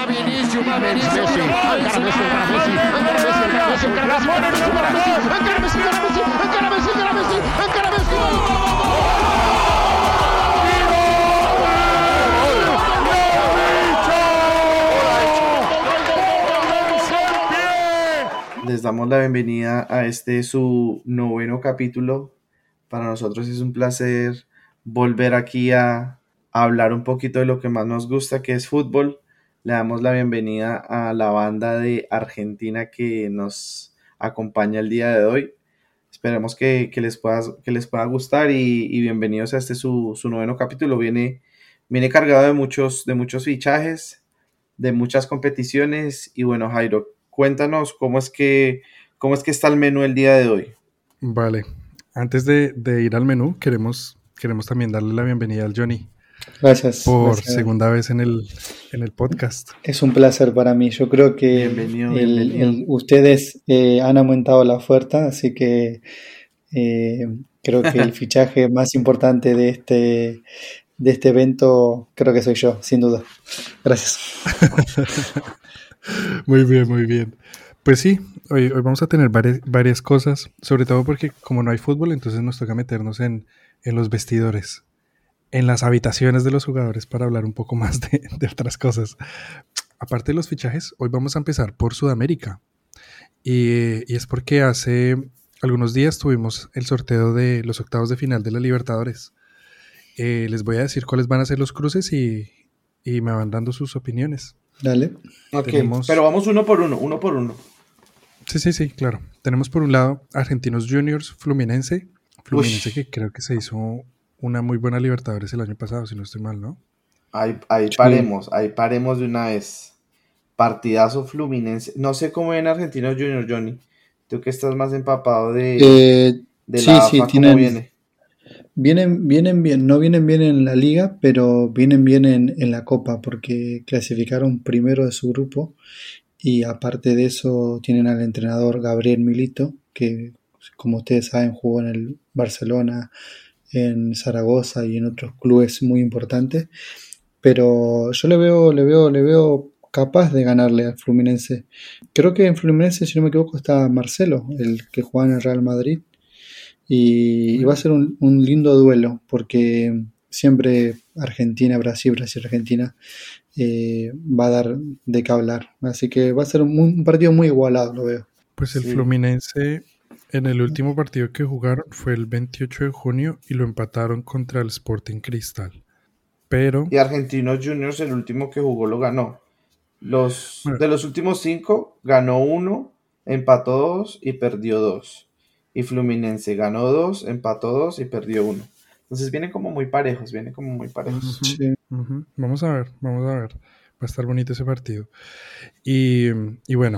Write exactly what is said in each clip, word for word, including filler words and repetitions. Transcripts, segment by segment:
Va Vinicius, va Vinicius. Messi, encara Messi, encara Messi, encara Messi, encara Messi, encara Messi, encara Messi, encara Messi, encara Messi, encara Messi, encara Messi, encara Messi. Les damos la bienvenida a este su noveno capítulo. Para nosotros es un placer volver aquí a, a hablar un poquito de lo que más nos gusta, que es fútbol. Le damos la bienvenida a la banda de Argentina que nos acompaña el día de hoy. Esperemos que, que, les, pueda, que les pueda gustar y, y bienvenidos a este su, su noveno capítulo. Viene, viene cargado de muchos, de muchos fichajes, de muchas competiciones. Y bueno, Jairo, cuéntanos cómo es que, cómo es que está el menú el día de hoy. Vale, antes de, de ir al menú, queremos, queremos también darle la bienvenida al Johnny. Gracias. Por gracias. segunda vez en el, en el podcast. Es un placer para mí. Yo creo que bienvenido, el, bienvenido. El, ustedes eh, han aumentado la oferta, así que eh, creo que el fichaje más importante de este, de este evento creo que soy yo, sin duda. Gracias. Muy bien, muy bien. Pues sí, hoy, hoy vamos a tener varias, varias cosas, sobre todo porque como no hay fútbol, entonces nos toca meternos en, en los vestidores, en las habitaciones de los jugadores para hablar un poco más de, de otras cosas. Aparte de los fichajes, hoy vamos a empezar por Sudamérica. Y, y es porque hace algunos días tuvimos el sorteo de los octavos de final de la Libertadores. Eh, les voy a decir cuáles van a ser los cruces y, y me van dando sus opiniones. Dale. Ok, Tenemos... pero vamos uno por uno, uno por uno. Sí, sí, sí, claro. Tenemos por un lado Argentinos Juniors, Fluminense. Fluminense Ush. Que creo que se hizo una muy buena Libertadores el año pasado, si no estoy mal, ¿no? Ahí, ahí sí. paremos, ahí paremos de una vez. Partidazo Fluminense. No sé cómo ven Argentinos Juniors, Johnny. Tú que estás más empapado de, eh, de sí, la sí, A F A, tienen, ¿cómo viene? Vienen, vienen bien, no vienen bien en la liga, pero vienen bien en, en la Copa, porque clasificaron primero de su grupo y aparte de eso tienen al entrenador Gabriel Milito, que como ustedes saben jugó en el Barcelona, en Zaragoza y en otros clubes muy importantes, pero yo le veo, le veo, le veo capaz de ganarle al Fluminense. Creo que en Fluminense, si no me equivoco, está Marcelo, el que juega en el Real Madrid. Y, y va a ser un, un lindo duelo porque siempre Argentina, Brasil, Brasil, Argentina eh, va a dar de qué hablar. Así que va a ser un, un partido muy igualado, lo veo. Pues el sí. Fluminense en el último partido que jugaron fue el veintiocho de junio y lo empataron contra el Sporting Cristal. Pero... Y Argentinos Juniors el último que jugó lo ganó. Los, bueno. De los últimos cinco ganó uno, empató dos y perdió dos. Y Fluminense ganó dos, empató dos y perdió uno. Entonces vienen como muy parejos, vienen como muy parejos. Uh-huh, sí. uh-huh. Vamos a ver, vamos a ver. Va a estar bonito ese partido. Y, y bueno,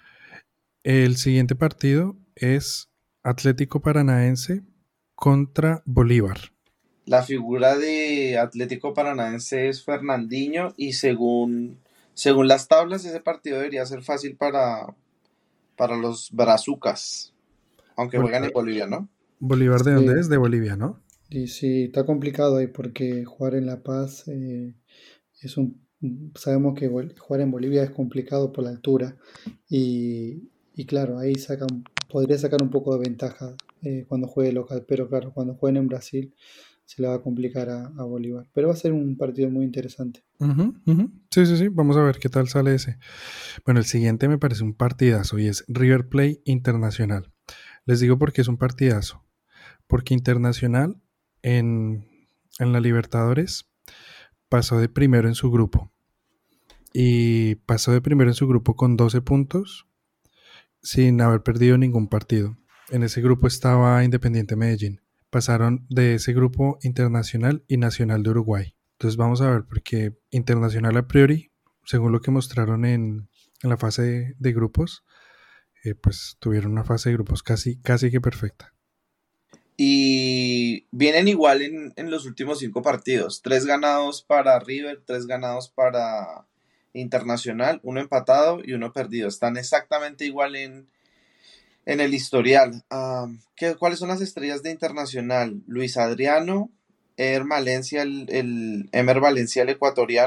el siguiente partido es Atlético Paranaense contra Bolívar. La figura de Atlético Paranaense es Fernandinho y según, según las tablas ese partido debería ser fácil para, para los brazucas. Aunque Bolívar, juegan en Bolivia, ¿no? ¿Bolívar de sí. dónde es? De Bolivia, ¿no? Sí, sí, está complicado ahí porque jugar en La Paz eh, es un... Sabemos que jugar en Bolivia es complicado por la altura y, y claro, ahí sacan, podría sacar un poco de ventaja eh, cuando juegue local, pero claro, cuando jueguen en Brasil se le va a complicar a, a Bolívar. Pero va a ser un partido muy interesante. Uh-huh, uh-huh. Sí, sí, sí, vamos a ver qué tal sale ese. Bueno, el siguiente me parece un partidazo y es River Plate Internacional. Les digo por qué es un partidazo. Porque Internacional en, en la Libertadores pasó de primero en su grupo. Y pasó de primero en su grupo con doce puntos sin haber perdido ningún partido. En ese grupo estaba Independiente Medellín. Pasaron de ese grupo Internacional y Nacional de Uruguay. Entonces vamos a ver, porque Internacional a priori, según lo que mostraron en, en la fase de, de grupos, Eh, pues tuvieron una fase de grupos casi, casi que perfecta. Y vienen igual en, en los últimos cinco partidos. Tres ganados para River, tres ganados para Internacional, uno empatado y uno perdido. Están exactamente igual en, en el historial. Um, ¿qué, ¿Cuáles son las estrellas de Internacional? Luis Adriano, Emer Valencia, el, el, Emer Valencia, el ecuatoriano,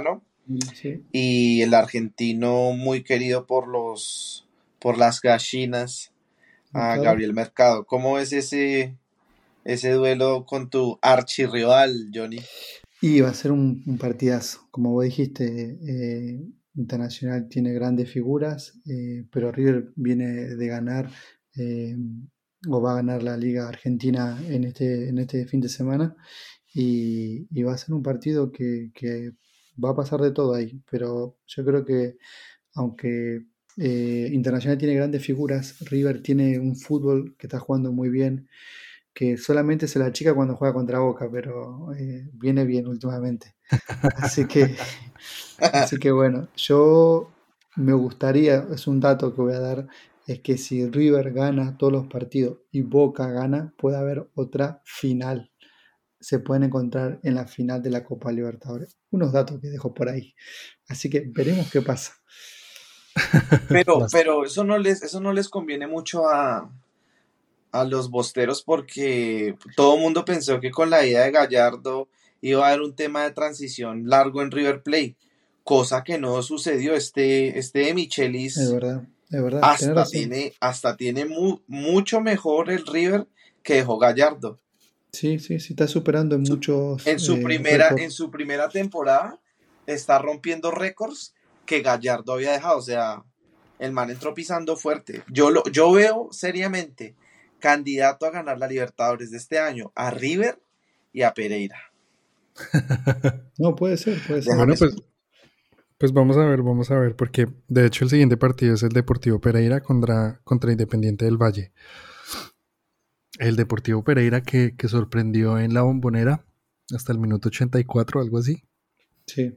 Sí, y el argentino muy querido por los por las gallinas, a Mercado. Gabriel Mercado. ¿Cómo es ese ese duelo con tu archirrival, Johnny? Y va a ser un, un partidazo. Como vos dijiste, eh, Internacional tiene grandes figuras, eh, pero River viene de ganar eh, o va a ganar la Liga Argentina en este, en este fin de semana. Y, y va a ser un partido que, que va a pasar de todo ahí. Pero yo creo que aunque eh, Internacional tiene grandes figuras, River tiene un fútbol que está jugando muy bien, que solamente se la achica cuando juega contra Boca, pero eh, viene bien últimamente. Así que, así que bueno, yo me gustaría, es un dato que voy a dar, es que si River gana todos los partidos y Boca gana, puede haber otra final. Se pueden encontrar en la final de la Copa Libertadores. Unos datos que dejo por ahí. Así que veremos qué pasa. Pero, Las- pero eso no les, eso no les conviene mucho a, a los bosteros porque todo el mundo pensó que con la ida de Gallardo iba a haber un tema de transición largo en River Plate, cosa que no sucedió. Este, este de Es Michelis verdad, es verdad, tenés hasta razón. tiene, hasta tiene mu- mucho mejor el River que dejó Gallardo. Sí, sí, sí, está superando en Su- muchos en su eh, primera, récords. en su primera temporada está rompiendo récords que Gallardo había dejado. O sea, el man entró pisando fuerte. Yo, lo, yo veo seriamente candidato a ganar la Libertadores de este año a River y a Pereira. No, puede ser, puede ser. Déjame Bueno, eso. pues, pues vamos a ver, vamos a ver, porque de hecho el siguiente partido es el Deportivo Pereira contra, contra Independiente del Valle. El Deportivo Pereira que, que sorprendió en la Bombonera hasta el minuto ochenta y cuatro, algo así. Sí.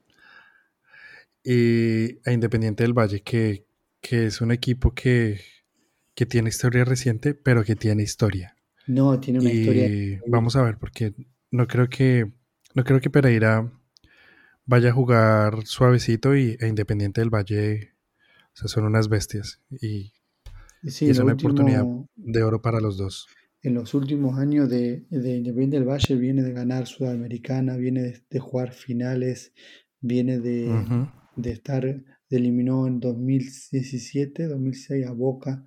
Y a Independiente del Valle, que, que es un equipo que, que tiene historia reciente, pero que tiene historia. No, tiene una historia Y increíble. vamos a ver, porque no creo que, no creo que Pereira vaya a jugar suavecito y, e Independiente del Valle, o sea, son unas bestias. Y, Y sí, y en es lo una oportunidad último, de oro para los dos. en los últimos años de, de Independiente del Valle viene de ganar Sudamericana, viene de, de jugar finales, viene de, Ujú. de estar, de eliminó en dos mil diecisiete, dos mil seis a Boca.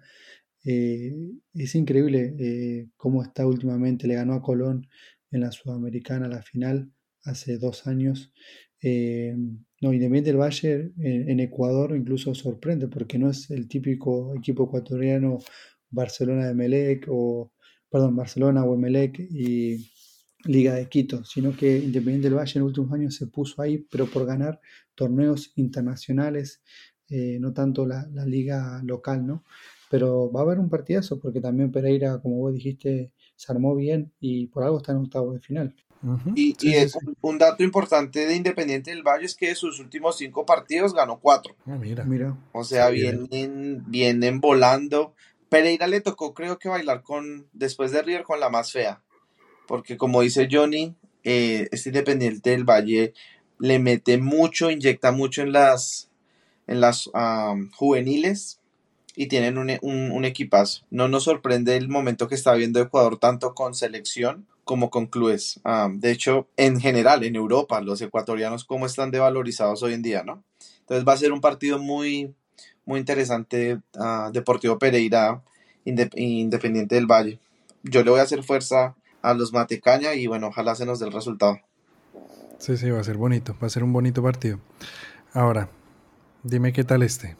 Eh, es increíble eh, cómo está últimamente. Le ganó a Colón en la Sudamericana la final hace dos años. Eh, no, Independiente del Valle en, en Ecuador incluso sorprende porque no es el típico equipo ecuatoriano Barcelona de Emelec o, perdón, Barcelona o Emelec y Liga de Quito, sino que Independiente del Valle en los últimos años se puso ahí, pero por ganar torneos internacionales, eh, no tanto la, la liga local, ¿no? Pero va a haber un partidazo porque también Pereira, como vos dijiste, se armó bien y por algo está en octavo de final. Ujú. Y, Sí, y sí, eh, sí. un, un dato importante de Independiente del Valle es que de sus últimos cinco partidos ganó cuatro. Ah, mira. Mira, O Sí, sea, bien. vienen, vienen volando. Pereira le tocó, creo que bailar con, después de River, con la más fea. Porque como dice Johnny, eh, este Independiente del Valle le mete mucho, inyecta mucho en las, en las um, juveniles y tienen un, un, un, equipazo. No nos sorprende el momento que está viendo Ecuador tanto con selección como con clubes. Um, de hecho, en general, en Europa, los ecuatorianos cómo están devalorizados hoy en día, ¿no? Entonces va a ser un partido muy, muy interesante, uh, Deportivo Pereira, Indep Independiente del Valle. Yo le voy a hacer fuerza a los Matecaña y bueno, ojalá se nos dé el resultado. Sí, sí, va a ser bonito. Va a ser un bonito partido. Ahora, dime qué tal este.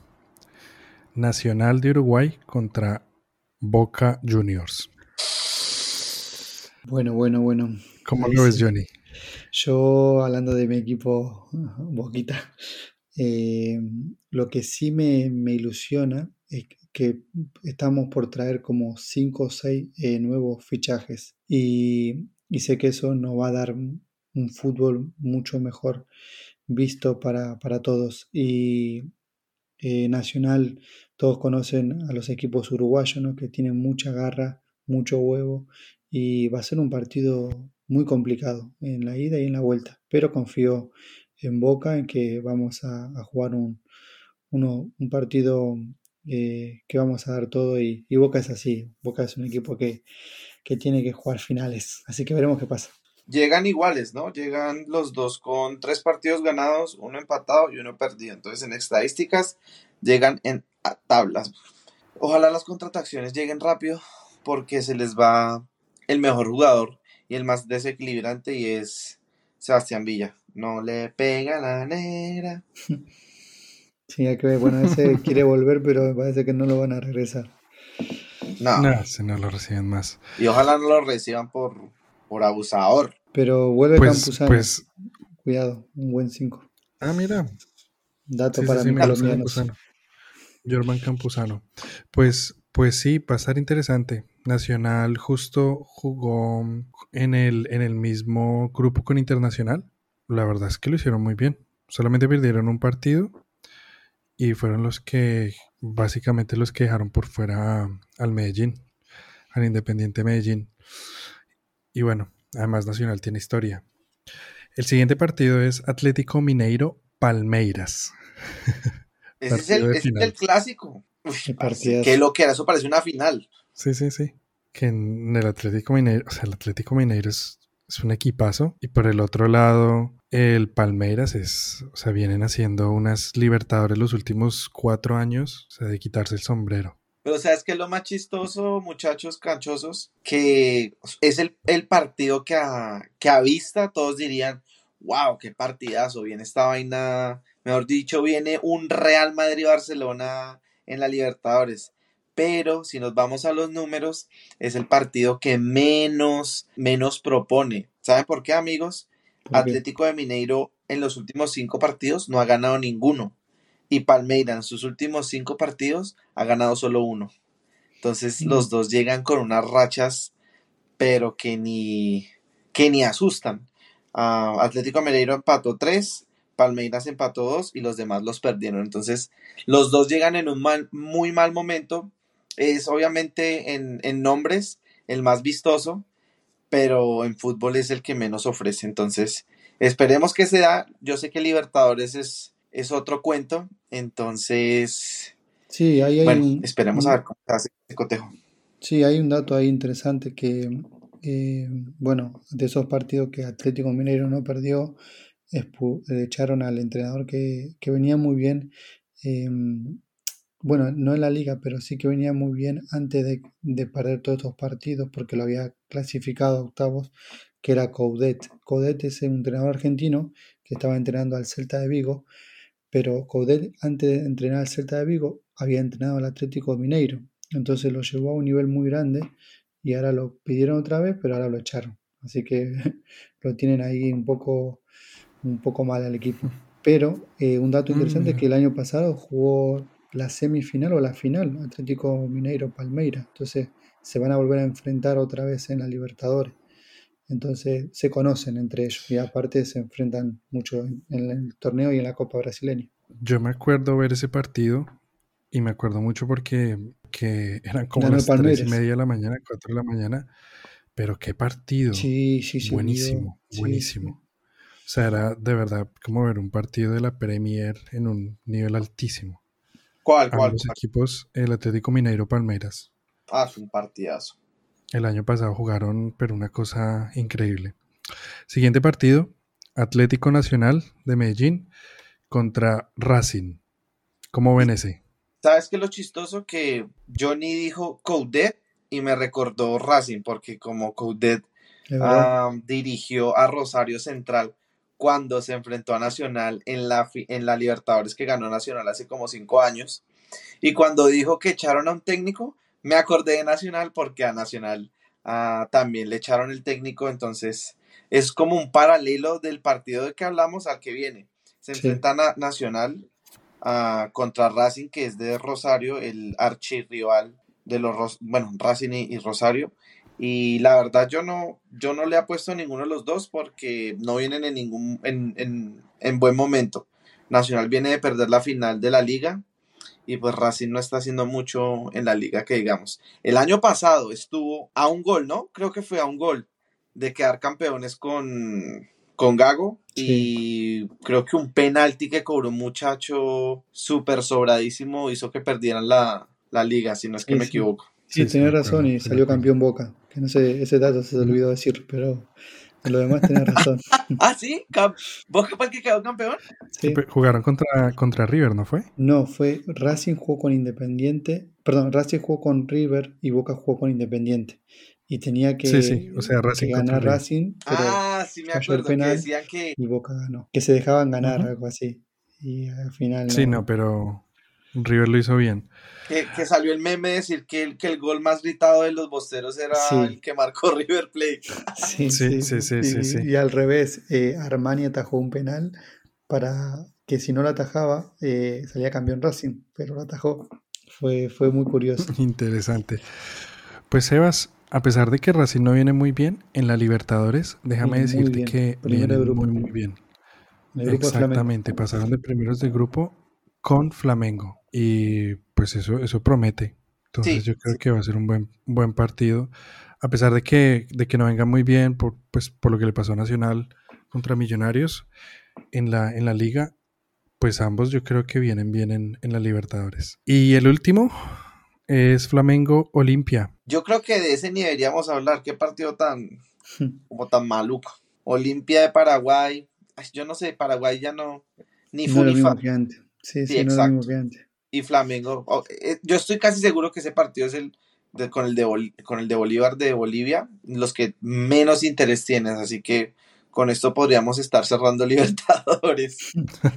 Nacional de Uruguay contra Boca Juniors. bueno, bueno, bueno. ¿Cómo Ahí lo ves, sí. Johnny? Yo, hablando de mi equipo, Boquita, eh, lo que sí me, me ilusiona es que estamos por traer como cinco o seis eh, nuevos fichajes y, y sé que eso nos va a dar un, un fútbol mucho mejor visto para, para todos. Y eh, Nacional, todos conocen a los equipos uruguayos, ¿no? Que tienen mucha garra, mucho huevo y va a ser un partido muy complicado en la ida y en la vuelta, pero confío en Boca en que vamos a, a jugar un, uno, un partido eh, que vamos a dar todo y, y Boca es así, Boca es un equipo que, que tiene que jugar finales, así que veremos qué pasa. llegan iguales, ¿no? Llegan los dos con tres partidos ganados, uno empatado y uno perdido. Entonces, en estadísticas, llegan en a tablas. Ojalá las contrataciones lleguen rápido porque se les va el mejor jugador y el más desequilibrante y es Sebastián Villa. No le pega la negra. Sí, hay que ver. Bueno, ese quiere volver, pero me parece que no lo van a regresar. No. No, si no lo reciben más. Y ojalá no lo reciban por, por abusador. Pero vuelve Pues, Campuzano. pues, Cuidado, un buen cinco. ah, mira. Dato Sí, sí, para sí, mis me gusta colombianos. Campuzano. Jorman Campuzano. Pues, pues sí, va a estar interesante. Nacional justo jugó en el, en el mismo grupo con Internacional. La verdad es que lo hicieron muy bien. Solamente perdieron un partido y fueron los que, básicamente los que dejaron por fuera a- al Medellín, al Independiente Medellín. Y bueno, además Nacional tiene historia. El siguiente partido es Atlético Mineiro Palmeiras. Ese es Partido el, de ese es final. el clásico. Uy, Qué parce, partidazo. qué lo que era, eso parece una final. Sí, sí, sí. Que en el Atlético Mineiro, o sea, el Atlético Mineiro es, es un equipazo. Y por el otro lado, el Palmeiras es, o sea, vienen haciendo unas Libertadores los últimos cuatro años, o sea, de quitarse el sombrero. Pero ¿sabes qué es lo más chistoso, muchachos canchosos? Que es el, el partido que a, que a vista todos dirían, wow, qué partidazo, viene esta vaina, mejor dicho, viene un Real Madrid-Barcelona en la Libertadores. Pero si nos vamos a los números, es el partido que menos, menos propone. ¿Saben por qué, amigos? ¿Por qué? Atlético de Mineiro en los últimos cinco partidos no ha ganado ninguno. Y Palmeiras en sus últimos cinco partidos ha ganado solo uno. Entonces Mm. los dos llegan con unas rachas, pero que ni, que ni asustan. Ah, Atlético de Mineiro empató tres, Palmeiras empató dos y los demás los perdieron. Entonces los dos llegan en un mal, muy mal momento. Es obviamente en, en nombres el más vistoso, pero en fútbol es el que menos ofrece. Entonces esperemos que se da. Yo sé que Libertadores es, es otro cuento. Entonces, Sí, ahí hay bueno, un, esperemos a un- ver cómo se hace este cotejo. sí, hay un dato ahí interesante que, eh, bueno, de esos partidos que Atlético Mineiro no perdió, expu- eh, echaron al entrenador que, que venía muy bien, eh, bueno, no en la liga, pero sí que venía muy bien antes de, de perder todos estos partidos porque lo había clasificado a octavos, que era Coudet. Coudet es un entrenador argentino que estaba entrenando al Celta de Vigo, pero Coudet antes de entrenar al Celta de Vigo había entrenado al Atlético Mineiro, entonces lo llevó a un nivel muy grande y ahora lo pidieron otra vez, pero ahora lo echaron, así que lo tienen ahí un poco, un poco mal al equipo. Pero eh, un dato interesante es Mm, que el año pasado jugó la semifinal o la final, Atlético Mineiro Palmeiras, entonces se van a volver a enfrentar otra vez en la Libertadores. Entonces se conocen entre ellos y aparte se enfrentan mucho en, en el torneo y en la Copa Brasileña. yo me acuerdo ver ese partido y me acuerdo mucho porque que eran como Ganó el las tres y Palmeiras. media de la mañana, cuatro de la mañana, pero qué partido, Sí, sí, se buenísimo, vivió. Sí, buenísimo. sí. O sea, era de verdad como ver un partido de la Premier en un nivel altísimo. ¿Cuál, cuál? Ambos cuál? equipos, el Atlético Mineiro Palmeiras, Ah, es un partidazo. el año pasado jugaron, pero una cosa increíble. Siguiente partido, Atlético Nacional de Medellín contra Racing. ¿Cómo ven ese? ¿Sabes qué es lo chistoso? Que Johnny dijo Coudet y me recordó Racing, porque como Coudet Es verdad. ah, dirigió a Rosario Central cuando se enfrentó a Nacional en la, fi- en la Libertadores que ganó Nacional hace como cinco años. Y cuando dijo que echaron a un técnico, me acordé de Nacional porque a Nacional ah, también le echaron el técnico. Entonces es como un paralelo del partido de que hablamos al que viene. Se Sí. enfrentan a Nacional ah, contra Racing, que es de Rosario, el archirrival de los Ros- bueno, Racing y, y Rosario. Y la verdad yo no, yo no le apuesto a ninguno de los dos porque no vienen en ningún en, en, en buen momento. Nacional viene de perder la final de la liga y pues Racing no está haciendo mucho en la liga que digamos. El año pasado estuvo a un gol, ¿no? Creo que fue a un gol de quedar campeones con, con Gago Sí. y creo que un penalti que cobró un muchacho súper sobradísimo hizo que perdieran la, la liga, si no es que Sí, me sí. equivoco. Sí, Sí, sí, tenés me razón acuerdo, y sí me salió acuerdo. campeón Boca. Que no sé, ese dato se olvidó decir, pero En lo demás tenés razón. ¿Ah, sí? Cam- ¿Boca fue el que quedó campeón? Sí. Jugaron contra, contra River, ¿no fue? No, fue Racing jugó con Independiente. Perdón, Racing jugó con River y Boca jugó con Independiente. Y tenía que, Sí, sí, o sea, que Racing contra ganar River. Racing, pero Ah, sí me falló el acuerdo que penal decían que... y Boca ganó. Que se dejaban ganar, Ujú. algo así. Y al final Sí, no, no. pero River lo hizo bien. Que, que salió el meme de decir que el, que el gol más gritado de los bosteros era Sí. el que marcó River Plate. Sí, Sí, sí. sí, sí, y, sí, sí. y al revés, eh, Armani atajó un penal para que si no lo atajaba, eh, salía campeón Racing, pero lo atajó. Fue, fue muy curioso. Interesante. Pues Sebas, a pesar de que Racing no viene muy bien en la Libertadores, déjame Viene muy decirte bien. que Primero de vienen grupo. muy, muy bien. En el grupo de Flamengo. Exactamente, pasaron de primeros de grupo con Flamengo y pues eso, eso promete. Entonces Sí, yo creo sí. que va a ser un buen, un buen partido, a pesar de que, de que no venga muy bien por, pues, por lo que le pasó a Nacional contra Millonarios en la, en la liga, pues ambos yo creo que vienen bien en, en la Libertadores. Y el último es Flamengo Olimpia. Yo creo que de ese ni deberíamos hablar. Qué partido tan, como tan maluco. Olimpia de Paraguay. Ay, yo no sé, Paraguay ya no. Ni No fu es lo ni fa. mismo que antes. Sí, Sí, sí, no es lo mismo exacto. que antes. Y Flamengo. oh, eh, yo estoy casi seguro que ese partido es el de- con, el de Bol- con el de Bolívar de Bolivia, los que menos interés tienen. Así que con esto podríamos estar cerrando Libertadores.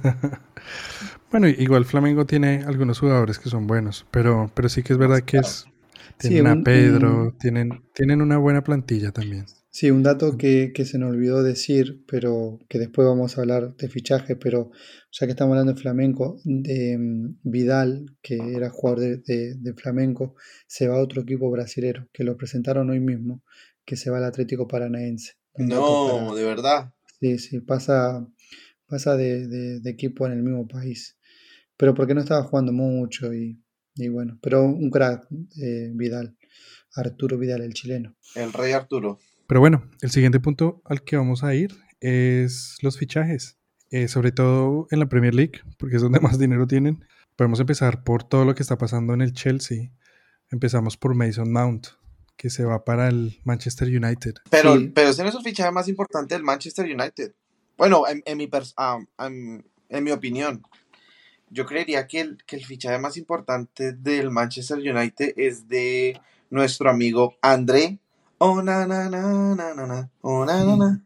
Bueno, igual Flamengo tiene algunos jugadores que son buenos, pero, pero sí que es verdad que Demasiado. es, Sí, tienen a un, Pedro, un, tienen, tienen una buena plantilla también. sí, un dato que, que se nos olvidó decir, pero que después vamos a hablar de fichaje, pero ya que estamos hablando de Flamenco, de mm, Vidal, que era jugador de, de- de Flamenco, se va a otro equipo brasilero, que lo presentaron hoy mismo, que se va al Atlético Paranaense. Un dato No, para... de verdad. Sí, sí, pasa, pasa de, de- de equipo en el mismo país. Pero porque no estaba jugando mucho y, y bueno, pero un crack, eh, Vidal, Arturo Vidal, el chileno. El Rey Arturo. Pero bueno, el siguiente punto al que vamos a ir es los fichajes, eh, sobre todo en la Premier League, porque es donde más dinero tienen. Podemos empezar por todo lo que está pasando en el Chelsea. Empezamos por Mason Mount, que se va para el Manchester United. Pero, Sí, pero ese no es el fichaje más importante del Manchester United. Bueno, en, en mi, pers- ah, en, en mi opinión, yo creería que el, que el fichaje más importante del Manchester United es de nuestro amigo André. Oh, na, na, na, na, na, na, oh, na, na, na.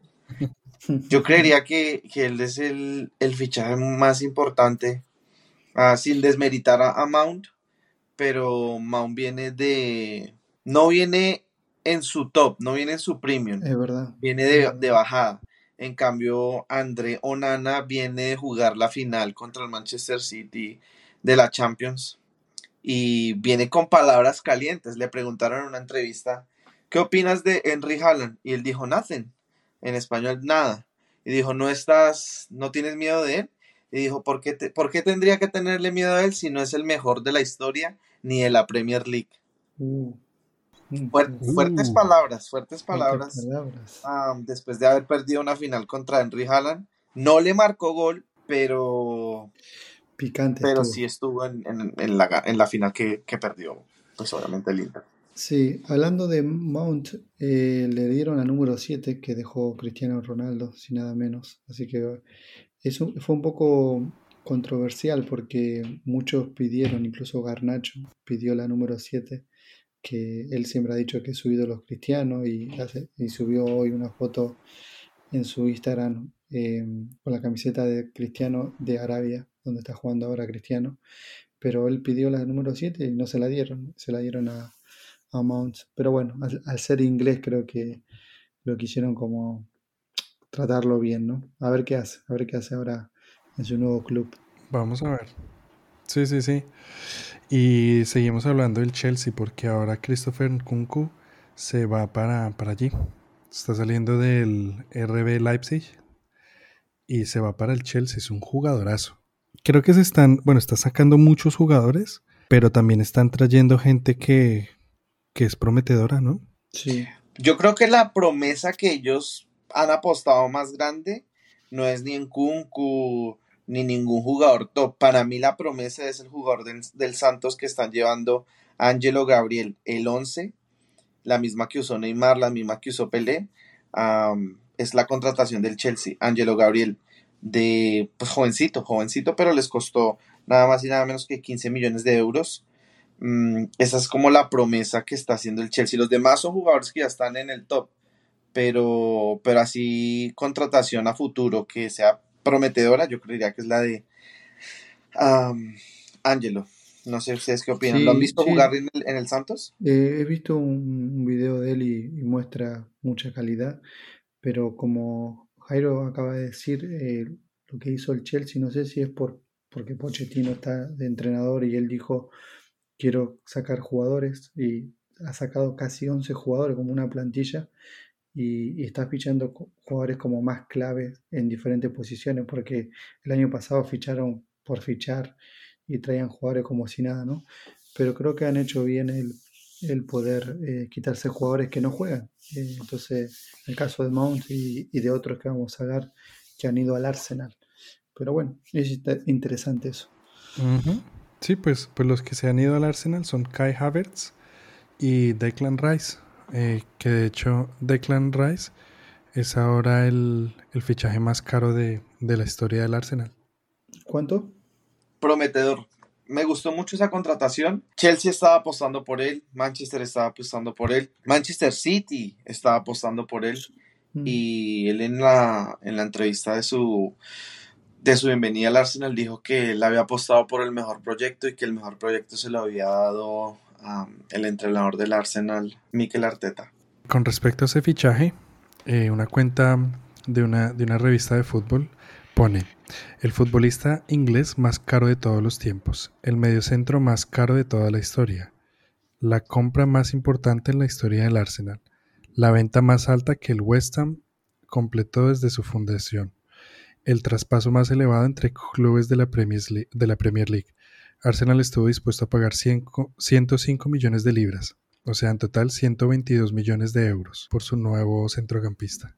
Yo creería que, que él es el, el fichaje más importante, ah, sin desmeritar a, a Mount, pero Mount viene de... No viene en su top, no viene en su premium, es verdad. viene es de, verdad. de bajada. En cambio, André Onana viene de jugar la final contra el Manchester City de la Champions y viene con palabras calientes. Le preguntaron en una entrevista, ¿qué opinas de Henry Haaland? Y él dijo, nothing. En español, nada. Y dijo, ¿no estás, no tienes miedo de él? Y dijo, ¿por qué, te- ¿por qué tendría que tenerle miedo a él si no es el mejor de la historia ni de la Premier League? Uh, mm, Fuer- uh, fuertes Uh, palabras, fuertes fuertes palabras. palabras. Ah, después de haber perdido una final contra Henry Haaland. No le marcó gol, pero, Picante pero estuvo. sí estuvo en, en- en la, ga- en la final que, que perdió, pues obviamente el Inter. Sí, hablando de Mount, eh, le dieron la número siete que dejó Cristiano Ronaldo, sin nada menos. Así que eso fue un poco controversial porque muchos pidieron, incluso Garnacho pidió la número siete, que él siempre ha dicho que es su ídolo es Cristiano y, hace- y subió hoy una foto en su Instagram eh, con la camiseta de Cristiano de Arabia, donde está jugando ahora Cristiano. Pero él pidió la número siete y no se la dieron, se la dieron a, a Mount. Pero bueno, al, al ser inglés creo que lo quisieron como tratarlo bien, ¿no? A ver qué hace, a ver qué hace ahora en su nuevo club. vamos a ver. Sí, sí, sí. Y seguimos hablando del Chelsea porque ahora Christopher Nkunku se va para, para allí. Está saliendo del R B Leipzig y se va para el Chelsea. Es un jugadorazo. Creo que se están, bueno, está sacando muchos jugadores, pero también están trayendo gente que, que es prometedora, ¿no? Sí, Yo creo que la promesa que ellos han apostado más grande no es ni en Kunku ni ningún jugador top. Para mí la promesa es el jugador del, del Santos que están llevando Ángelo Gabriel, el once, la misma que usó Neymar, la misma que usó Pelé. Um, es la contratación del Chelsea, Angelo Gabriel, de pues, jovencito, jovencito, pero les costó nada más y nada menos que quince millones de euros. Mm, esa es como la promesa que está haciendo el Chelsea. Los demás son jugadores que ya están en el top, pero, pero así contratación a futuro que sea prometedora, yo creería que es la de um, Angelo. No sé ustedes qué opinan. ¿Lo han Sí, visto sí, jugar en el, en el Santos? eh, he visto un, un video de él y, y muestra mucha calidad, pero como Jairo acaba de decir, eh, lo que hizo el Chelsea, no sé si es por, porque Pochettino está de entrenador y él dijo, quiero sacar jugadores y ha sacado casi once jugadores como una plantilla y, y está fichando co- jugadores como más claves en diferentes posiciones, porque el año pasado ficharon por fichar y traían jugadores como si nada, ¿no? Pero creo que han hecho bien el, el poder eh, quitarse jugadores que no juegan. Eh, entonces, el caso de Mount y, y de otros que vamos a hablar que han ido al Arsenal. Pero bueno, es int- interesante eso. Ujú. Sí, pues, pues los que se han ido al Arsenal son Kai Havertz y Declan Rice, eh, que de hecho Declan Rice es ahora el, el fichaje más caro de, de la historia del Arsenal. ¿Cuánto? Prometedor. Me gustó mucho esa contratación. Chelsea estaba apostando por él, Manchester estaba apostando por él, Manchester City estaba apostando por él Mm. y él en la, en la entrevista de su, de su bienvenida al Arsenal dijo que él había apostado por el mejor proyecto y que el mejor proyecto se lo había dado um, el entrenador del Arsenal, Mikel Arteta. Con respecto a ese fichaje, eh, una cuenta de una, de una revista de fútbol pone: el futbolista inglés más caro de todos los tiempos, el mediocentro más caro de toda la historia, la compra más importante en la historia del Arsenal, la venta más alta que el West Ham completó desde su fundación, el traspaso más elevado entre clubes de la Premier League. De la Premier League. Arsenal estuvo dispuesto a pagar ciento cinco millones de libras, o sea, en total ciento veintidós millones de euros, por su nuevo centrocampista.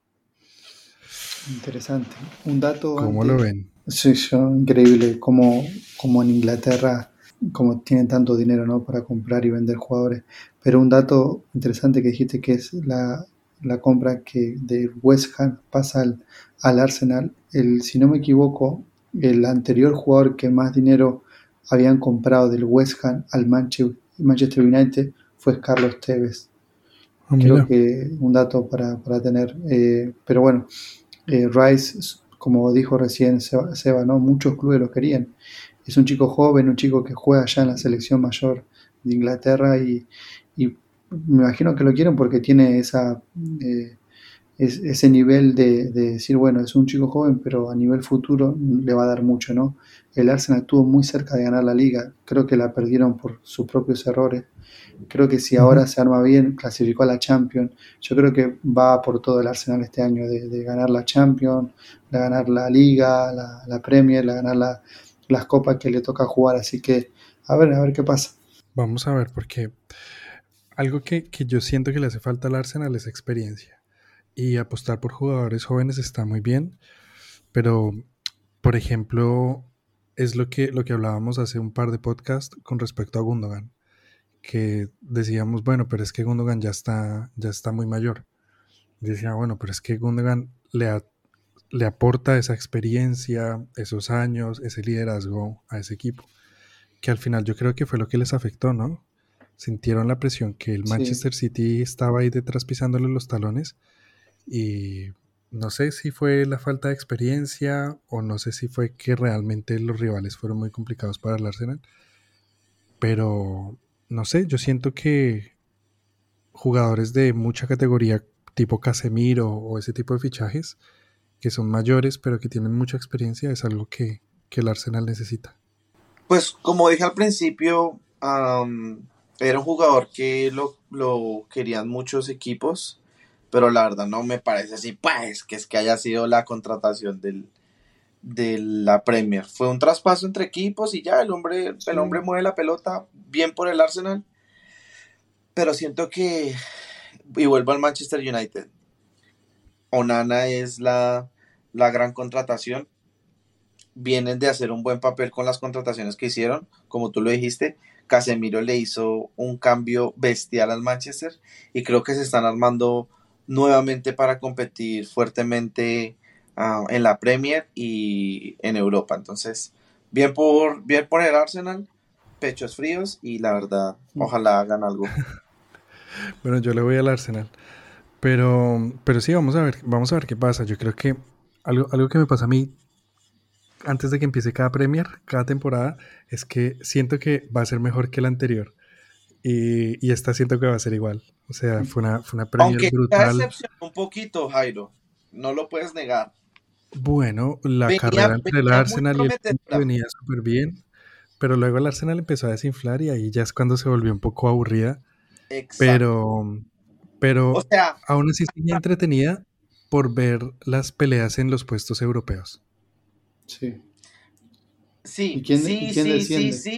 Interesante. Un dato ¿Cómo antes. lo ven? Sí, sí, increíble como, como en Inglaterra, como tienen tanto dinero, ¿no? Para comprar y vender jugadores. Pero un dato interesante que dijiste que es la, la compra que de West Ham pasa al, al Arsenal. El, si no me equivoco, el anterior jugador que más dinero habían comprado del West Ham al Manche- Manchester United fue Carlos Tevez. Oh, Creo mira. que un dato para, para tener. Eh, pero bueno, eh, Rice, como dijo recién Seba, Seba, ¿no? Muchos clubes lo querían. Es un chico joven, un chico que juega ya en la selección mayor de Inglaterra y, y me imagino que lo quieren porque tiene esa, eh, es, ese nivel de, de decir, bueno, es un chico joven, pero a nivel futuro le va a dar mucho, ¿no? El Arsenal estuvo muy cerca de ganar la liga, creo que la perdieron por sus propios errores. Creo que si ahora Ujú. se arma bien, clasificó a la Champions. Yo creo que va por todo el Arsenal este año, de, de ganar la Champions, de ganar la Liga, la, la Premier, de ganar la, las copas que le toca jugar. Así que a ver, a ver qué pasa. Vamos a ver, porque algo que, que yo siento que le hace falta al Arsenal es experiencia. Y apostar por jugadores jóvenes está muy bien, pero, por ejemplo, es lo que, lo que hablábamos hace un par de podcasts con respecto a Gundogan, que decíamos, bueno, pero es que Gundogan ya está, ya está muy mayor. Y decía, bueno, pero es que Gundogan le, a- le aporta esa experiencia, esos años, ese liderazgo a ese equipo, que al final yo creo que fue lo que les afectó, ¿no? Sintieron la presión que el Sí, Manchester City estaba ahí detrás pisándole los talones y no sé si fue la falta de experiencia o no sé si fue que realmente los rivales fueron muy complicados para el Arsenal, pero no sé, yo siento que jugadores de mucha categoría tipo Casemiro o ese tipo de fichajes que son mayores pero que tienen mucha experiencia es algo que, que el Arsenal necesita. Pues como dije al principio, um, era un jugador que lo, lo querían muchos equipos, pero la verdad no me parece así, pues, que es que haya sido la contratación del, de la Premier. Fue un traspaso entre equipos y ya el hombre, el hombre sí, mueve la pelota bien por el Arsenal, pero siento que, y vuelvo al Manchester United, Onana es la, la gran contratación. Vienen de hacer un buen papel con las contrataciones que hicieron, como tú lo dijiste. Casemiro le hizo un cambio bestial al Manchester y creo que se están armando nuevamente para competir fuertemente uh, en la Premier y en Europa. Entonces, bien por, bien por el Arsenal, pechos fríos y la verdad, ojalá hagan algo. Bueno, yo le voy al Arsenal. Pero, pero sí, vamos a ver, vamos a ver qué pasa. Yo creo que algo, algo que me pasa a mí antes de que empiece cada Premier, cada temporada, es que siento que va a ser mejor que la anterior. Y, y esta siento que va a ser igual. O sea, fue una, fue una Premier Aunque te brutal. decepcionó un poquito, Jairo, no lo puedes negar. Bueno, la Venía, carrera entre el venía muy Arsenal y el City prometedora. venía súper bien. Pero luego el Arsenal empezó a desinflar y ahí ya es cuando se volvió un poco aburrida. Exacto. Pero, pero O sea, aún así sigue entretenida por ver las peleas en los puestos europeos. Sí. sí, ¿Y quién, sí, y quién sí, desciende? sí, sí.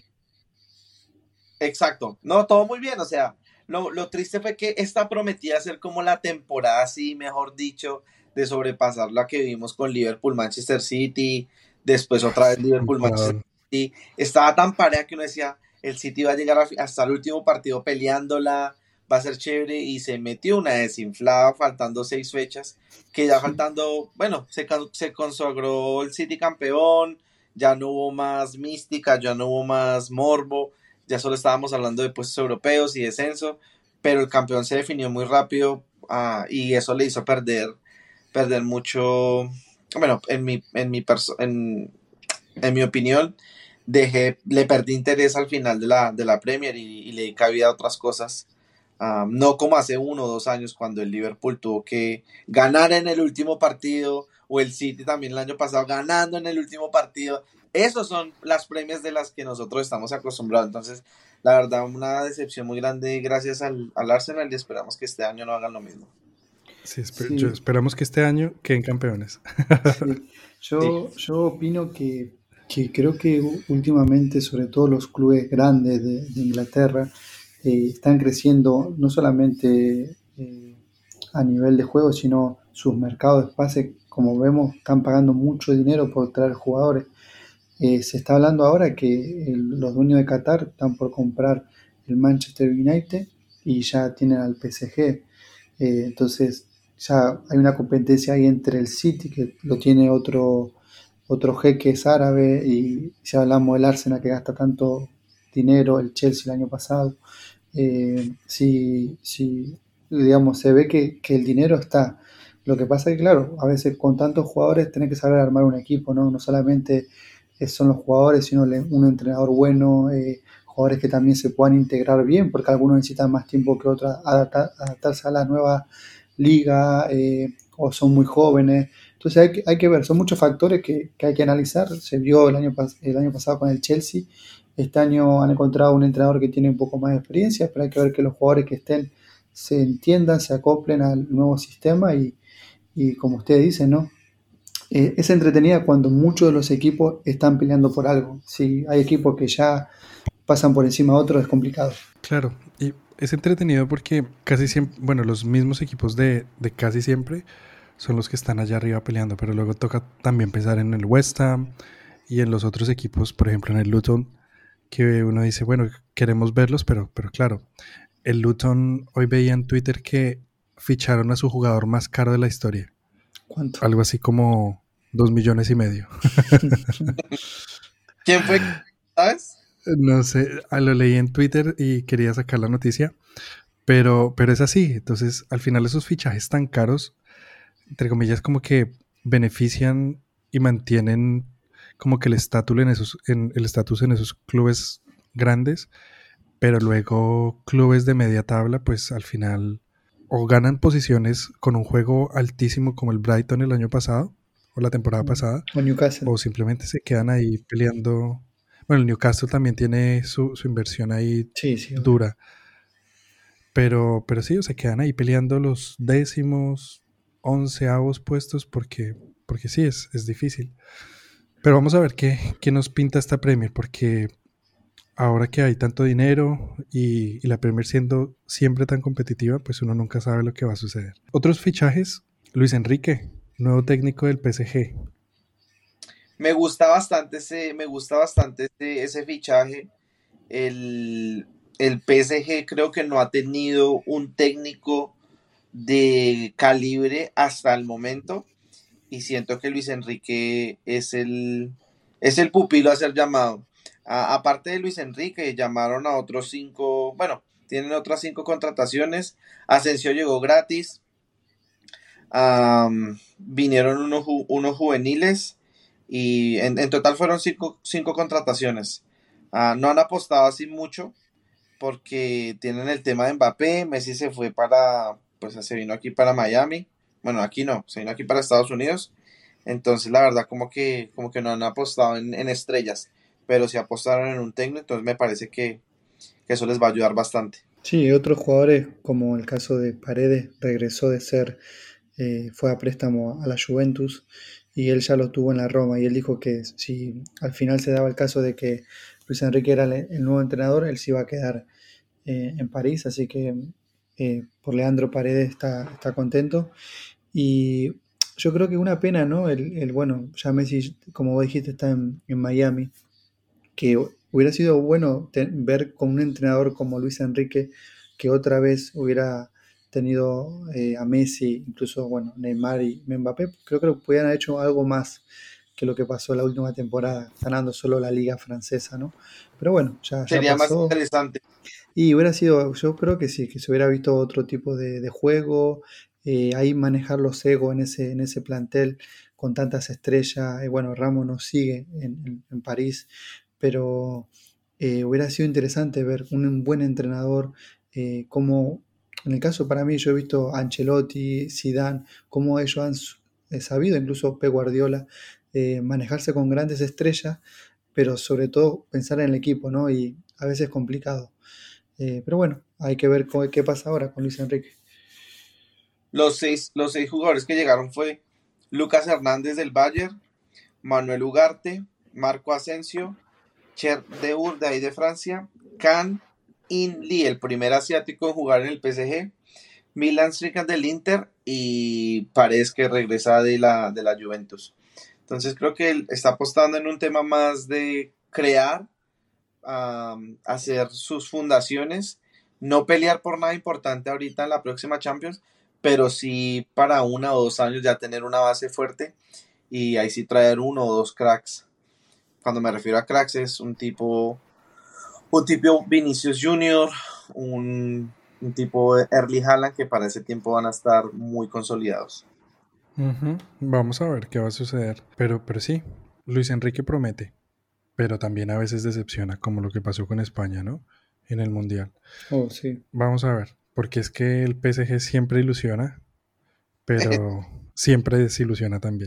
Exacto. No, todo muy bien. O sea, lo, lo triste fue que esta prometía ser como la temporada, así, mejor dicho, de sobrepasar la que vimos con Liverpool, Manchester City, después otra vez Liverpool, Manchester Temporadón. City. Estaba tan pareja que uno decía, el City va a llegar a- hasta el último partido peleándola, va a ser chévere, y se metió una desinflada faltando seis fechas, que ya faltando, bueno, se, ca- se consagró el City campeón, ya no hubo más mística, ya no hubo más morbo, ya solo estábamos hablando de puestos europeos y descenso, pero el campeón se definió muy rápido, uh, y eso le hizo perder, perder mucho, bueno, en mi, en mi, perso en, en mi opinión, dejé, le perdí interés al final de la, de la Premier y, y le di cabida a otras cosas. Um, no como hace uno o dos años cuando el Liverpool tuvo que ganar en el último partido, o el City también el año pasado ganando en el último partido. Esos son las premias de las que nosotros estamos acostumbrados. Entonces, la verdad, una decepción muy grande gracias al, al Arsenal, y esperamos que este año no hagan lo mismo. Sí, esper Sí. yo esperamos que este año queden campeones. Sí. Yo, yo opino que, que creo que últimamente, sobre todo los clubes grandes de, de Inglaterra, eh, están creciendo no solamente eh, a nivel de juego, sino sus mercados de pase, como vemos, están pagando mucho dinero por traer jugadores. Eh, se está hablando ahora que el- los dueños de Qatar están por comprar el Manchester United y ya tienen al P S G. Eh, entonces ya hay una competencia ahí entre el City, que lo tiene otro, otro jeque es árabe, y si hablamos del Arsenal que gasta tanto dinero, el Chelsea el año pasado. Eh, si, si, digamos, se ve que, que el dinero está. Lo que pasa es que, claro, a veces con tantos jugadores tenés que saber armar un equipo, ¿no? No solamente eh, son los jugadores, sino le- un entrenador bueno, eh, jugadores que también se puedan integrar bien, porque algunos necesitan más tiempo que otros adapta- adaptarse a la nueva liga, eh, o son muy jóvenes. Entonces hay que, hay que ver, son muchos factores que, que hay que analizar. Se vio el año, pas- el año pasado con el Chelsea. Este año han encontrado un entrenador que tiene un poco más de experiencia, pero hay que ver que los jugadores que estén se entiendan, se acoplen al nuevo sistema y, y como ustedes dicen, ¿no? Eh, es entretenida cuando muchos de los equipos están peleando por algo. Si hay equipos que ya pasan por encima de otros, es complicado. Claro, y es entretenido porque casi siempre, bueno, los mismos equipos de, de casi siempre son los que están allá arriba peleando, pero luego toca también pensar en el West Ham y en los otros equipos, por ejemplo en el Luton, que uno dice, bueno, queremos verlos, pero, pero claro, el Luton, hoy veía en Twitter que ficharon a su jugador más caro de la historia, ¿Cuánto? algo así como dos millones y medio. ¿Quién fue? ¿Sabes? No sé, ah, lo leí en Twitter y quería sacar la noticia, pero, pero es así. Entonces, al final esos fichajes tan caros, entre comillas, como que benefician y mantienen como que el estatus en esos, en el estatus en esos clubes grandes, pero luego clubes de media tabla, pues al final o ganan posiciones con un juego altísimo como el Brighton el año pasado o la temporada pasada, O Newcastle. o simplemente se quedan ahí peleando. Bueno, el Newcastle también tiene su, su inversión ahí Sí, sí, obvio. dura, pero, pero sí, o se quedan ahí peleando los décimos, onceavos puestos porque, porque sí, es, es difícil. Pero vamos a ver qué, qué nos pinta esta Premier, porque ahora que hay tanto dinero y, y la Premier siendo siempre tan competitiva, pues uno nunca sabe lo que va a suceder. Otros fichajes, Luis Enrique, nuevo técnico del P S G. Me gusta bastante ese, me gusta bastante ese, ese fichaje. El, el P S G creo que no ha tenido un técnico de calibre hasta el momento, y siento que Luis Enrique es el, es el pupilo a ser llamado. A, aparte de Luis Enrique, llamaron a otros cinco, bueno, tienen otras cinco contrataciones. Asensio llegó gratis. Um, vinieron unos, unos juveniles y en, en total fueron cinco, cinco contrataciones. Uh, no han apostado así mucho porque tienen el tema de Mbappé. Messi se fue para, pues se vino aquí para Miami. Bueno, aquí no, se vino aquí para Estados Unidos. Entonces la verdad como que, como que no han apostado en, en estrellas, pero sí apostaron en un técnico. Entonces me parece que, que eso les va a ayudar bastante. Sí, otros jugadores, como el caso de Paredes, regresó de ser, eh, fue a préstamo a la Juventus y él ya lo tuvo en la Roma, y él dijo que si al final se daba el caso de que Luis Enrique era el, el nuevo entrenador, él se iba a quedar eh, en París, así que eh, por Leandro Paredes está, está contento. Y yo creo que una pena, ¿no? El, el bueno, ya Messi, como vos dijiste, está en, en Miami, que hubiera sido bueno te- ver con un entrenador como Luis Enrique, que otra vez hubiera tenido eh, a Messi, incluso, bueno, Neymar y Mbappé. Creo que pudieran haber hecho algo más que lo que pasó la última temporada, ganando solo la liga francesa, ¿no? Pero bueno, ya, ya Sería más pasó. interesante. Y hubiera sido, yo creo que sí, que se hubiera visto otro tipo de, de juego, eh, ahí manejar los egos en ese, en ese plantel con tantas estrellas. Eh, bueno, Ramos nos sigue en, en- en París, pero eh, hubiera sido interesante ver un, un buen entrenador, eh, como en el caso para mí, yo he visto a Ancelotti, Zidane, cómo ellos han s- eh, sabido, incluso Pep Guardiola, eh, manejarse con grandes estrellas, pero sobre todo pensar en el equipo, ¿no? Y a veces es complicado. Eh, pero bueno, hay que ver co- qué pasa ahora con Luis Enrique. Los seis, los seis jugadores que llegaron fue Lucas Hernández del Bayern, Manuel Ugarte, Marco Asensio, Cher de Ur de ahí de Francia, Can In Lee, el primer asiático en jugar en el P S G, Milan Skriniar del Inter y Paredes, que regresa de la, de la Juventus. Entonces creo que él está apostando en un tema más de crear, um, hacer sus fundaciones, no pelear por nada importante ahorita en la próxima Champions, pero sí para uno o dos años ya tener una base fuerte y ahí sí traer uno o dos cracks. Cuando me refiero a cracks es un tipo, un tipo Vinicius Junior, un, un tipo Erling Haaland, que para ese tiempo van a estar muy consolidados. Ujú. Vamos a ver qué va a suceder. Pero, pero sí, Luis Enrique promete, pero también a veces decepciona, como lo que pasó con España, ¿no? En el Mundial. Oh, sí. Vamos a ver, porque es que el P S G siempre ilusiona, pero siempre desilusiona también.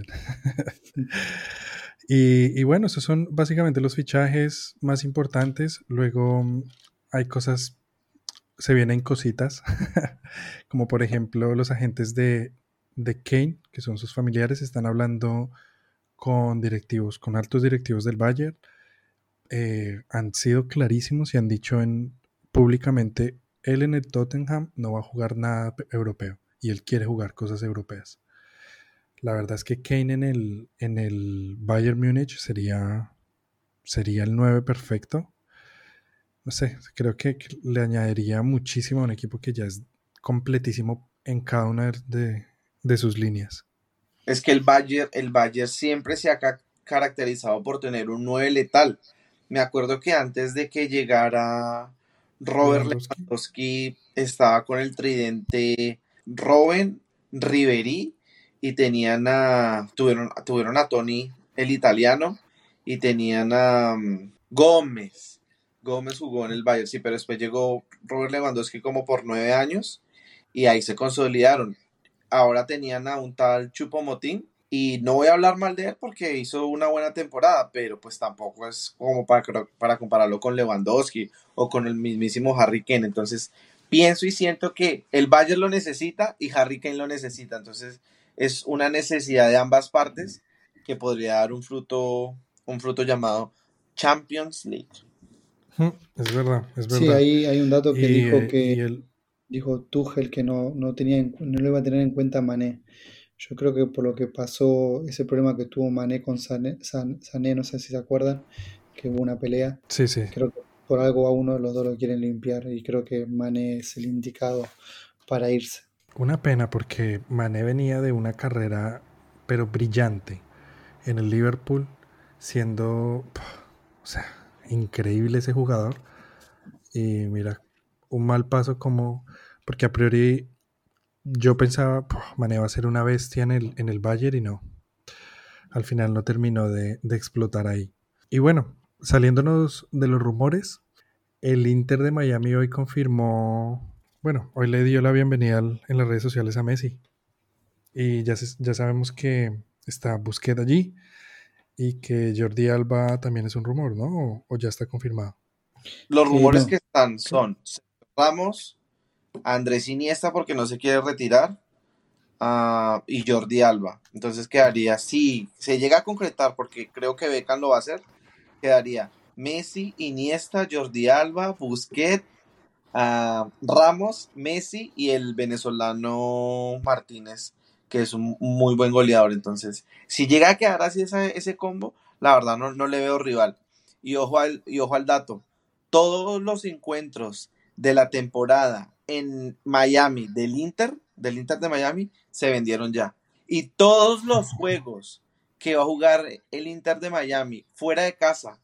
y, y bueno, esos son básicamente los fichajes más importantes. Luego mm, hay cosas, se vienen cositas, como por ejemplo los agentes de, de Kane, que son sus familiares, están hablando con directivos, con altos directivos del Bayern. Eh, han sido clarísimos y han dicho en, públicamente, él en el Tottenham no va a jugar nada pe- europeo y él quiere jugar cosas europeas. La verdad es que Kane en el, en el Bayern Múnich sería, sería el nueve perfecto. No sé, creo que, que le añadiría muchísimo a un equipo que ya es completísimo en cada una de, de sus líneas. Es que el Bayern, el Bayern siempre se ha ca- caracterizado por tener un nueve letal. Me acuerdo que antes de que llegara Robert Lewandowski. Lewandowski estaba con el tridente Robben, Ribery, y tenían a tuvieron, tuvieron a Tony, el italiano, y tenían a um, Gómez. Gómez jugó en el Bayern, sí, pero después llegó Robert Lewandowski como por nueve años y ahí se consolidaron. Ahora tenían a un tal Chupomotín, y no voy a hablar mal de él porque hizo una buena temporada, pero pues tampoco es como para, para compararlo con Lewandowski o con el mismísimo Harry Kane. Entonces pienso y siento que el Bayern lo necesita y Harry Kane lo necesita. Entonces es una necesidad de ambas partes que podría dar un fruto, un fruto llamado Champions League. Mm, Es verdad, es Sí, verdad. ahí hay un dato que Y, dijo eh, que y el, dijo Tuchel que no, no tenía en- no lo iba a tener en cuenta Mané. Yo creo que por lo que pasó, ese problema que tuvo Mané con Sané, San- Sané, no sé si se acuerdan, que hubo una pelea, sí, sí. creo que por algo a uno de los dos lo quieren limpiar y creo que Mané es el indicado para irse. Una pena porque Mané venía de una carrera pero brillante en el Liverpool, siendo, o sea, increíble ese jugador. Y mira, un mal paso como, porque a priori yo pensaba, Mané va a ser una bestia en el, en el Bayern y no. Al final no terminó de, de explotar ahí. Y bueno, saliéndonos de los rumores, el Inter de Miami hoy confirmó, bueno, hoy le dio la bienvenida al, en las redes sociales a Messi. Y ya, se, ya sabemos que está Busquets allí y que Jordi Alba también es un rumor, ¿no? ¿O, o ya está confirmado? Los Eh, rumores no. que están son Sergio Ramos, Andrés Iniesta porque no se quiere retirar, uh, y Jordi Alba. Entonces quedaría, si se llega a concretar, porque creo que Beckham lo va a hacer, quedaría Messi, Iniesta, Jordi Alba, Busquets, uh, Ramos, Messi y el venezolano Martínez, que es un muy buen goleador. Entonces, si llega a quedar así esa, ese combo, la verdad no, no le veo rival. Y ojo, al, y ojo al dato, todos los encuentros de la temporada en Miami del Inter, del Inter de Miami, se vendieron ya. Y todos los juegos que va a jugar el Inter de Miami fuera de casa,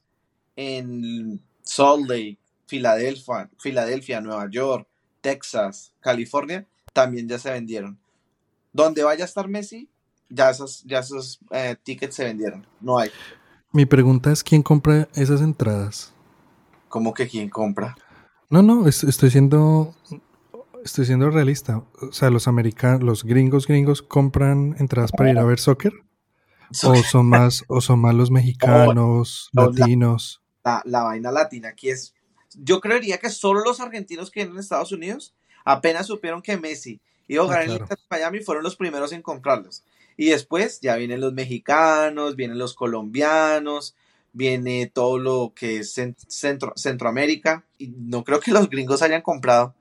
en Salt Lake, Filadelfia, Filadelfia, Nueva York, Texas, California, también ya se vendieron. Donde vaya a estar Messi, ya esos, ya esos eh, tickets se vendieron. No hay. Mi pregunta es, ¿quién compra esas entradas? ¿Cómo que quién compra? No, no, es, estoy siendo estoy siendo realista. O sea, los americanos, los gringos gringos compran entradas para ir a ver soccer. O son más, o son más los mexicanos, No, latinos. La, la, la vaina latina aquí es. Yo creería que solo los argentinos que vienen en Estados Unidos apenas supieron que Messi iba a jugar Ah, en el claro. Inter de Miami, fueron los primeros en comprarlos. Y después ya vienen los mexicanos, vienen los colombianos, viene todo lo que es centro, Centroamérica. Y no creo que los gringos hayan comprado,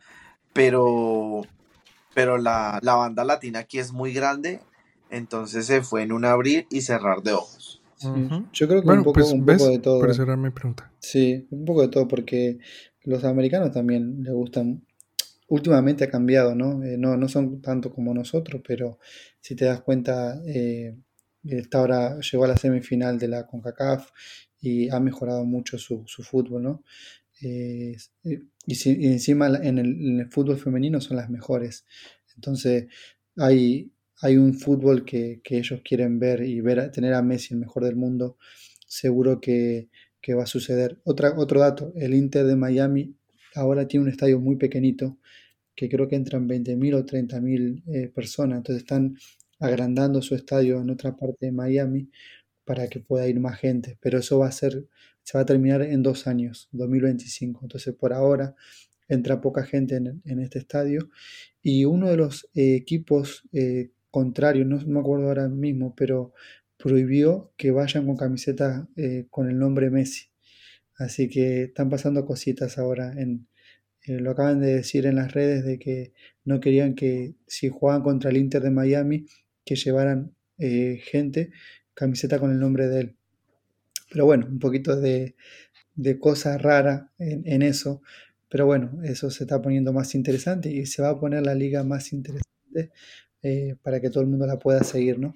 pero, pero la, la banda latina aquí es muy grande, entonces se fue en un abrir y cerrar de ojos. Sí, Ujú. yo creo que Bueno, un poco, pues un poco ves, de todo. por eso era mi pregunta. Sí, un poco de todo, porque los americanos también les gustan. Últimamente ha cambiado, ¿no? Eh, no, no son tanto como nosotros, pero si te das cuenta, eh, esta ahora llegó a la semifinal de la CONCACAF y ha mejorado mucho su, su fútbol, ¿no? Eh, y, si, y encima en el, en el fútbol femenino son las mejores. Entonces hay, hay un fútbol que, que ellos quieren ver y ver, tener a Messi el mejor del mundo, seguro que, que va a suceder. Otra, otro dato, el Inter de Miami ahora tiene un estadio muy pequeñito, que creo que entran veinte mil o treinta mil eh, personas, entonces están agrandando su estadio en otra parte de Miami para que pueda ir más gente, pero eso va a ser, se va a terminar en dos años, dos mil veinticinco, entonces por ahora entra poca gente en, en este estadio y uno de los eh, equipos eh, contrarios, no, no me acuerdo ahora mismo, pero prohibió que vayan con camiseta eh, con el nombre Messi, así que están pasando cositas ahora en, eh, lo acaban de decir en las redes de que no querían que si jugaban contra el Inter de Miami que llevaran eh, gente camiseta con el nombre de él. Pero bueno, un poquito de, de cosa rara en, en eso. Pero bueno, eso se está poniendo más interesante y se va a poner la liga más interesante eh, para que todo el mundo la pueda seguir, ¿no?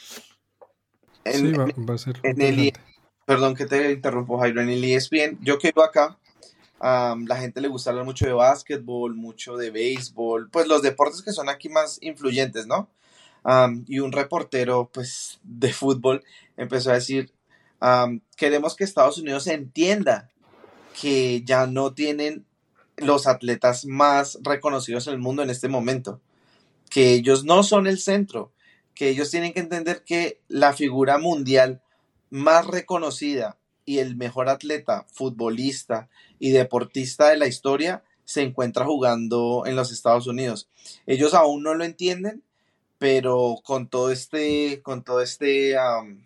En, Sí, va, en, va a ser en el, interesante. perdón que te interrumpo, Jairo, en el E S P N, yo que vivo acá, um, la gente le gusta hablar mucho de básquetbol, mucho de béisbol, pues los deportes que son aquí más influyentes, ¿no? Um, y un reportero, pues, de fútbol empezó a decir, um, queremos que Estados Unidos entienda que ya no tienen los atletas más reconocidos en el mundo en este momento, que ellos no son el centro, que ellos tienen que entender que la figura mundial más reconocida y el mejor atleta, futbolista y deportista de la historia se encuentra jugando en los Estados Unidos. Ellos aún no lo entienden, pero con todo este, con todo este, um,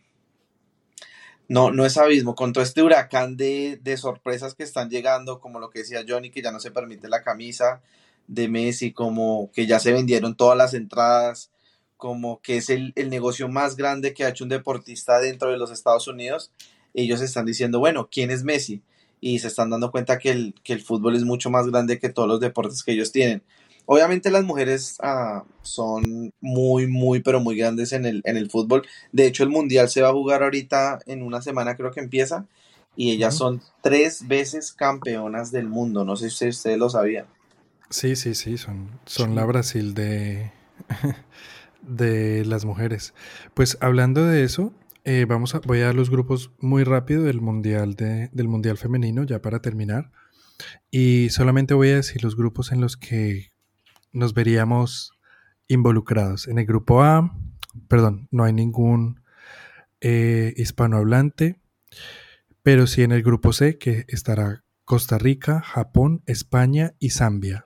no, no es abismo, con todo este huracán de, de sorpresas que están llegando, como lo que decía Johnny, que ya no se permite la camisa de Messi, como que ya se vendieron todas las entradas, como que es el, el negocio más grande que ha hecho un deportista dentro de los Estados Unidos. Ellos están diciendo, bueno, ¿quién es Messi? Y se están dando cuenta que el, que el fútbol es mucho más grande que todos los deportes que ellos tienen. Obviamente las mujeres uh, son muy, muy, pero muy grandes en el, en el fútbol. De hecho, el Mundial se va a jugar ahorita en una semana, creo que empieza, y ellas uh-huh. son tres veces campeonas del mundo. No sé si ustedes lo sabían. Sí, sí, sí, son, son sí. la Brasil de, de las mujeres. Pues hablando de eso, eh, vamos a, voy a dar los grupos muy rápido del Mundial, de, del mundial Femenino, ya para terminar. Y solamente voy a decir los grupos en los que nos veríamos involucrados. En el grupo A, perdón, no hay ningún eh, hispanohablante, pero sí en el grupo C, que estará Costa Rica, Japón, España y Zambia.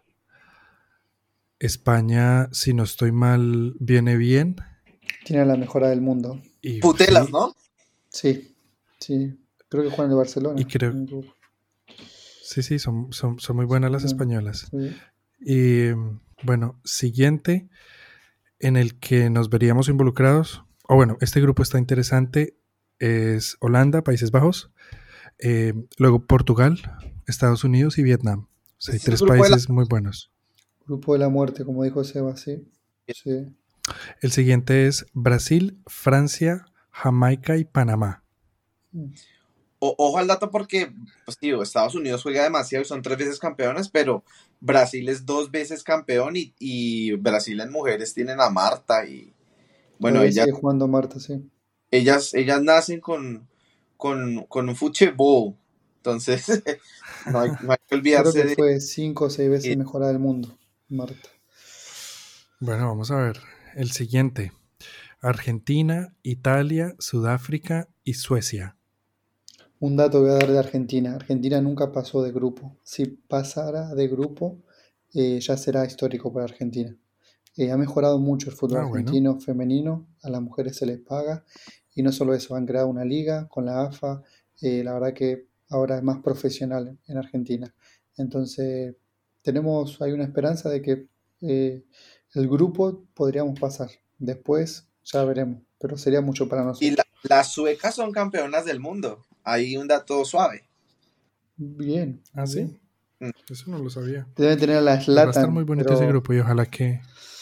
España, si no estoy mal, viene bien. Tiene la mejora del mundo. Y, Putelas, sí, ¿no? Sí, sí. Creo que juegan en Barcelona. Y creo... Sí, sí, son, son, son muy buenas las españolas. Sí. Y bueno, siguiente en el que nos veríamos involucrados, o bueno, este grupo está interesante, es Holanda, Países Bajos, eh, luego Portugal, Estados Unidos y Vietnam. O sea, hay tres países la... muy buenos. Grupo de la muerte, como dijo Seba, sí. sí. El siguiente es Brasil, Francia, Jamaica y Panamá. O, ojo al dato porque, pues tío, Estados Unidos juega demasiado y son tres veces campeones, pero Brasil es dos veces campeón y, y Brasil en mujeres tienen a Marta y bueno, Todavía ellas sigue jugando Marta, sí. Ellas, ellas nacen con, con, con un fútbol, entonces no, hay, no hay que olvidarse. Creo que de... fue cinco o seis veces y... mejora del mundo, Marta. Bueno, vamos a ver el siguiente: Argentina, Italia, Sudáfrica y Suecia. Un dato voy a dar de Argentina. Argentina nunca pasó de grupo. Si pasara de grupo, eh, ya será histórico para Argentina. Eh, ha mejorado mucho el fútbol ah, argentino bueno. femenino. A las mujeres se les paga. Y no solo eso, han creado una liga con la A F A. Eh, la verdad que ahora es más profesional en Argentina. Entonces, tenemos, hay una esperanza de que eh, el grupo podríamos pasar. Después ya veremos. Pero sería mucho para nosotros. Y la, las suecas son campeonas del mundo. Hay un dato suave. Bien. ¿Ah, sí? Mm. Eso no lo sabía. Deben tener a la Zlatan. Va a estar muy bonito pero... ese grupo y ojalá que...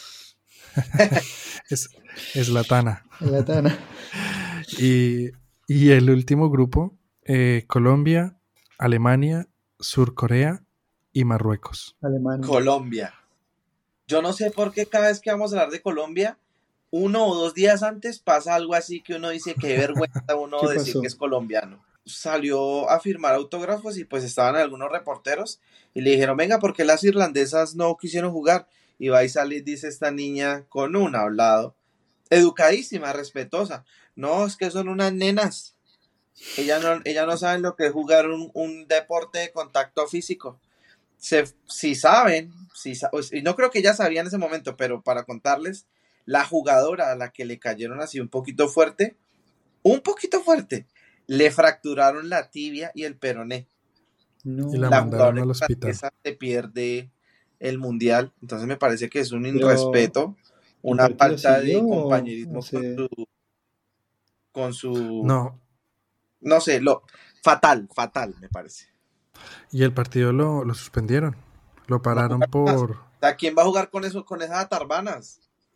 es, es Latana. Latana. y, y el último grupo, eh, Colombia, Alemania, Surcorea y Marruecos. Alemania. Colombia. Yo no sé por qué cada vez que vamos a hablar de Colombia, uno o dos días antes pasa algo así que uno dice qué vergüenza uno decir que es colombiano. Salió a firmar autógrafos y pues estaban algunos reporteros y le dijeron, venga, ¿por qué las irlandesas no quisieron jugar? Y va y sale y dice esta niña con un hablado, educadísima, respetuosa. No, es que son unas nenas. Ellas no, ellas no saben lo que es jugar un, un deporte de contacto físico. Se, si saben, si, y no creo que ellas sabían en ese momento, pero para contarles, la jugadora a la que le cayeron así un poquito fuerte, un poquito fuerte, le fracturaron la tibia y el peroné. No. Y la, la mandaron al hospital. Se pierde el mundial, entonces me parece que es un irrespeto, una falta de compañerismo no sé. con su, con su, no, no sé, lo fatal, fatal me parece. Y el partido lo, lo suspendieron, lo pararon por. ¿A quién va a jugar con eso, con esas atarbanas?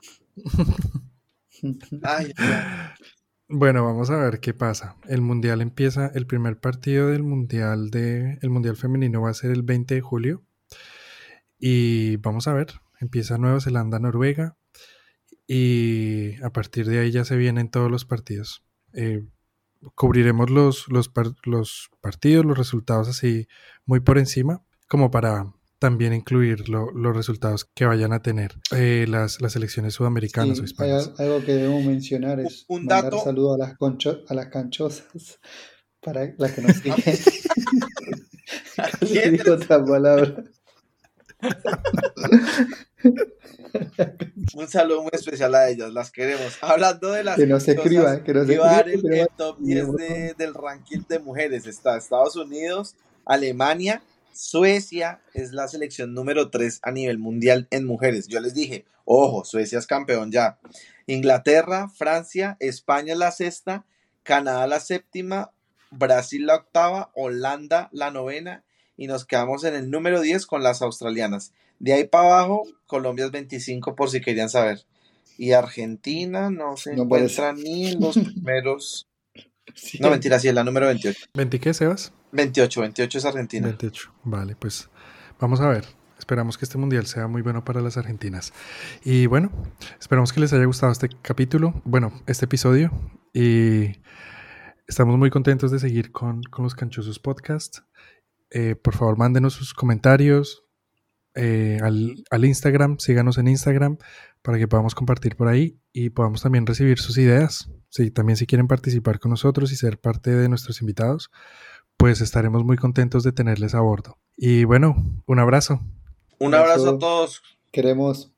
Ay, bueno, vamos a ver qué pasa. El mundial empieza, el primer partido del mundial de el mundial femenino va a ser el veinte de julio y vamos a ver, empieza Nueva Zelanda, Noruega y a partir de ahí ya se vienen todos los partidos. Eh, cubriremos los, los, par- los partidos, los resultados así muy por encima, como para también incluir lo, los resultados que vayan a tener eh, las, las selecciones sudamericanas sí, o hispanas. Hay, algo que debemos mencionar es un mandar dato... saludos a las, concho, a las canchosas para las que nos siguen. Casi dijo otra palabra. Un saludo muy especial a ellas, las queremos. Hablando de las que nos escriban, que nos escriban. El, el top diez de, del ranking de mujeres está Estados Unidos, Alemania, Suecia es la selección número tres a nivel mundial en mujeres. Yo les dije, ojo, Suecia es campeón ya. Inglaterra, Francia, España la sexta, Canadá la séptima, Brasil la octava, Holanda la novena y nos quedamos en el número diez con las australianas. De ahí para abajo, Colombia es veinticinco por si querían saber. Y Argentina no se No encuentra parece. ni en los primeros... Sí. No, mentira, sí, es la número veintiocho. ¿veinte qué, Sebas? veintiocho, veintiocho es Argentina. veintiocho, vale, pues vamos a ver. Esperamos que este mundial sea muy bueno para las argentinas. Y bueno, esperamos que les haya gustado este capítulo, bueno, este episodio. Y estamos muy contentos de seguir con, con los Canchosos Podcast. Eh, por favor, mándenos sus comentarios eh, al, al Instagram, síganos en Instagram para que podamos compartir por ahí y podamos también recibir sus ideas. Sí, también si quieren participar con nosotros y ser parte de nuestros invitados, pues estaremos muy contentos de tenerles a bordo. Y bueno, un abrazo. Un abrazo a todos. Queremos